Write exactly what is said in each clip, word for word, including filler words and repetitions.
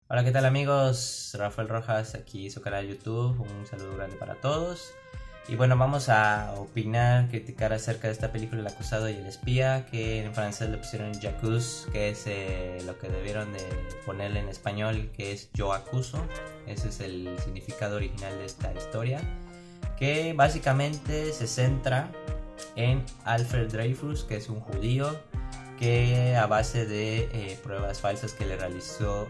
Hola, ¿qué tal amigos? Rafael Rojas, aquí su canal de YouTube, un saludo grande para todos. Y bueno, vamos a opinar, criticar acerca de esta película El acusado y el espía, que en francés le pusieron J'accuse, que es eh, lo que debieron de ponerle en español, que es Yo acuso. Ese es el significado original de esta historia, que básicamente se centra en Alfred Dreyfus, que es un judío que a base de eh, pruebas falsas que le realizó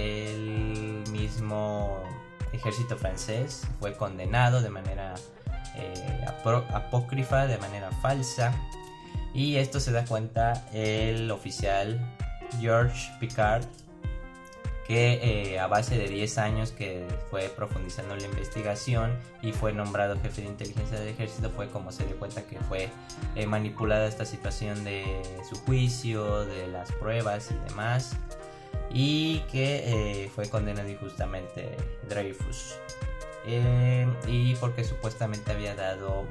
el mismo ejército francés fue condenado de manera eh, apócrifa, de manera falsa, y esto se da cuenta el oficial Georges Picquart, que eh, a base de diez años que fue profundizando en la investigación y fue nombrado jefe de inteligencia del ejército, fue como se dio cuenta que fue eh, manipulada esta situación de su juicio, de las pruebas y demás, y que eh, fue condenado injustamente Dreyfus, eh, y porque supuestamente había dado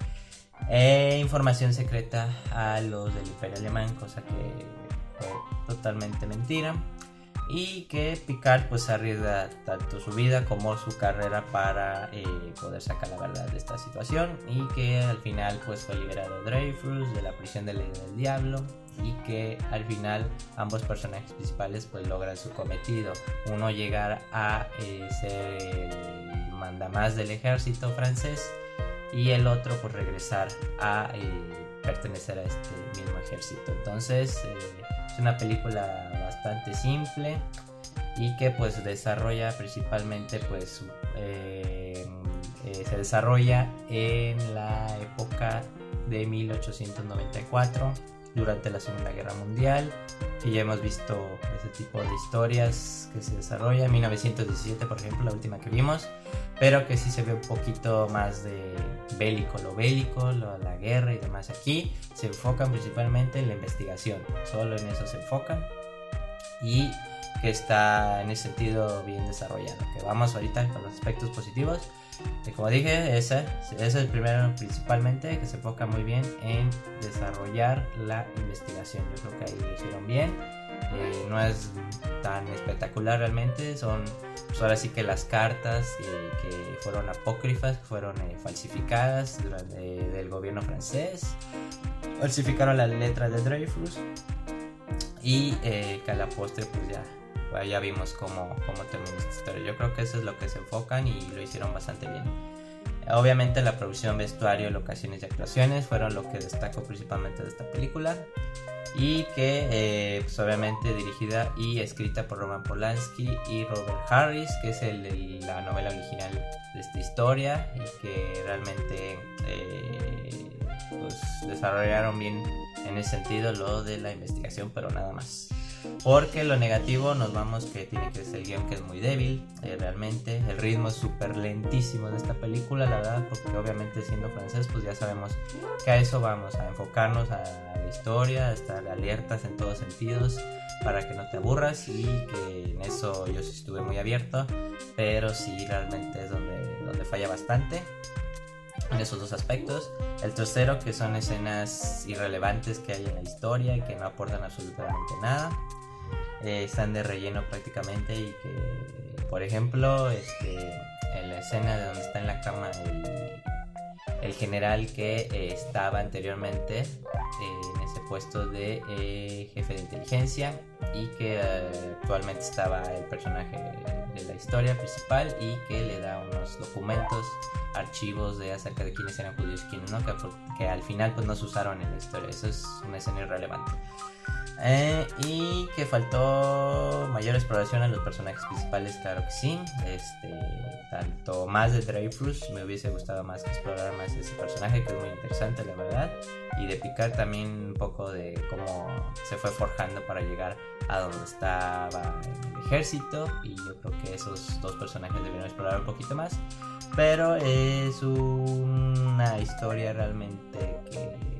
eh, información secreta a los del Imperio Alemán, cosa que fue totalmente mentira, y que Picquart pues arriesga tanto su vida como su carrera para eh, poder sacar la verdad de esta situación, y que al final pues fue liberado Dreyfus de la prisión del, del diablo, y que al final ambos personajes principales pues logran su cometido: uno llegar a eh, ser el mandamás del ejército francés, y el otro pues regresar a eh, pertenecer a este mismo ejército. Entonces eh, es una película bastante simple y que pues desarrolla principalmente pues eh, eh, se desarrolla en la época de mil ochocientos noventa y cuatro, durante la Segunda Guerra Mundial, que ya hemos visto ese tipo de historias que se desarrollan en mil novecientos diecisiete, por ejemplo, la última que vimos, pero que sí se ve un poquito más de bélico, lo bélico, lo, la guerra y demás. Aquí se enfocan principalmente en la investigación, solo en eso se enfocan, y que está en ese sentido bien desarrollado. Que vamos ahorita con los aspectos positivos. Y como dije, ese, ese es el primero principalmente, que se enfoca muy bien en desarrollar la investigación. Yo creo que ahí lo hicieron bien. Eh, no es tan espectacular realmente, son pues ahora sí que las cartas eh, que fueron apócrifas, que fueron eh, falsificadas durante, eh, del gobierno francés. Falsificaron las letras de Dreyfus, y eh, que a la postre pues ya ya vimos cómo, cómo terminó esta historia. Yo creo que eso es lo que se enfocan y lo hicieron bastante bien. Obviamente la producción, vestuario, locaciones y actuaciones fueron lo que destacó principalmente de esta película, y que eh, pues obviamente dirigida y escrita por Roman Polanski y Robert Harris, que es el, el, la novela original de esta historia, y que realmente eh, pues desarrollaron bien en ese sentido lo de la investigación, pero nada más. Porque lo negativo nos vamos que tiene que ser el guión, que es muy débil, eh, realmente el ritmo es súper lentísimo de esta película, la verdad, porque obviamente siendo francés pues ya sabemos que a eso vamos, a enfocarnos a la historia, a estar alertas en todos sentidos para que no te aburras, y que en eso yo sí estuve muy abierto, pero sí realmente es donde, donde falla bastante en esos dos aspectos. El tercero, que son escenas irrelevantes que hay en la historia y que no aportan absolutamente nada, eh, están de relleno prácticamente, y que por ejemplo este, en la escena de donde está en la cama el, el general que eh, estaba anteriormente eh, en ese puesto de eh, jefe de inteligencia, y que eh, actualmente estaba el personaje de la historia principal, y que le da unos documentos, archivos de acerca de quiénes eran judíos y quiénes no, que, que al final pues no se usaron en la historia. Eso es una escena irrelevante. Eh, y que faltó mayor exploración a los personajes principales, claro que sí. Este, tanto más de Dreyfus, me hubiese gustado más que explorar más ese personaje, que es muy interesante la verdad, y de Picquart también un poco de cómo se fue forjando para llegar a donde estaba en el ejército, y yo creo que esos dos personajes debieron explorar un poquito más, pero es una historia realmente que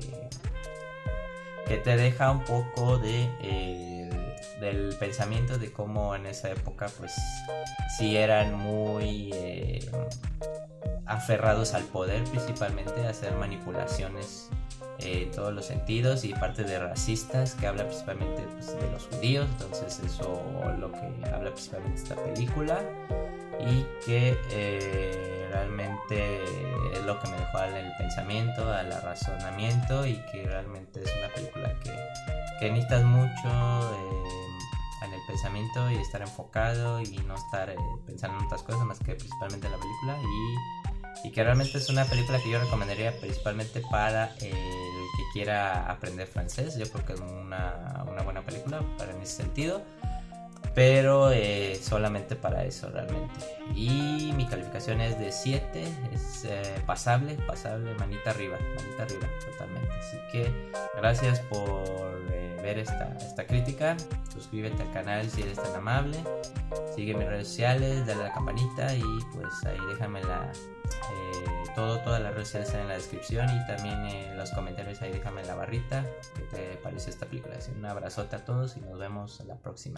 que te deja un poco de eh, del pensamiento de cómo en esa época pues sí eran muy eh, aferrados al poder, principalmente a hacer manipulaciones eh, en todos los sentidos, y parte de racistas, que habla principalmente pues, de los judíos. Entonces eso lo que habla principalmente esta película, y que eh, realmente es lo que me dejó en el pensamiento, al razonamiento, y que realmente es una película que, que necesitas mucho eh, en el pensamiento y estar enfocado y no estar eh, pensando en otras cosas más que principalmente en la película, y, y que realmente es una película que yo recomendaría principalmente para el que quiera aprender francés. Yo creo que es una, una buena película para en ese sentido, pero eh, solamente para eso realmente. Y mi calificación es de siete, es eh, pasable, pasable, manita arriba, manita arriba totalmente. Así que gracias por eh, ver esta, esta crítica. Suscríbete al canal si eres tan amable, sigue mis redes sociales, dale a la campanita, y pues ahí déjame la, eh, todo, todas las redes sociales están en la descripción, y también en eh, los comentarios ahí déjame en la barrita qué te pareció esta película. Así, un abrazote a todos y nos vemos la próxima.